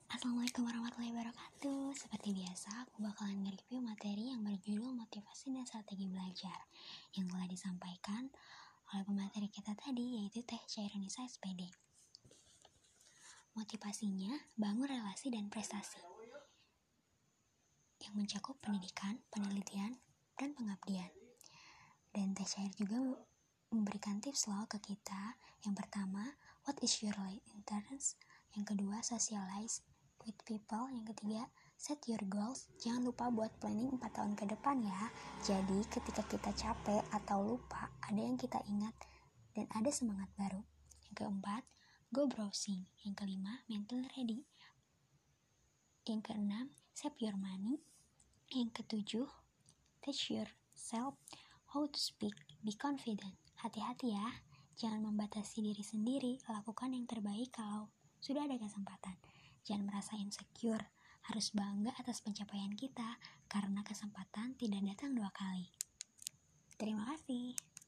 Assalamualaikum warahmatullahi wabarakatuh. Seperti biasa, aku bakalan nge-review materi yang berjudul motivasi dan strategi belajar yang telah disampaikan oleh pemateri kita tadi, yaitu Teh Chairunisa SPD. Motivasinya, bangun relasi dan prestasi yang mencakup pendidikan, penelitian, dan pengabdian. Dan Teh Chair juga memberikan tips loh ke kita. Yang pertama, what is your interest? Yang kedua, socialize with people. Yang ketiga, set your goals. Jangan lupa buat planning 4 tahun ke depan ya. Jadi ketika kita capek atau lupa, ada yang kita ingat dan ada semangat baru. Yang keempat, go browsing. Yang kelima, mental ready. Yang keenam, save your money. Yang ketujuh, teach yourself how to speak. Be confident. Hati-hati ya, jangan membatasi diri sendiri. Lakukan yang terbaik kalau sudah ada kesempatan. Jangan merasa insecure. Harus bangga atas pencapaian kita, karena kesempatan tidak datang 2 kali. Terima kasih.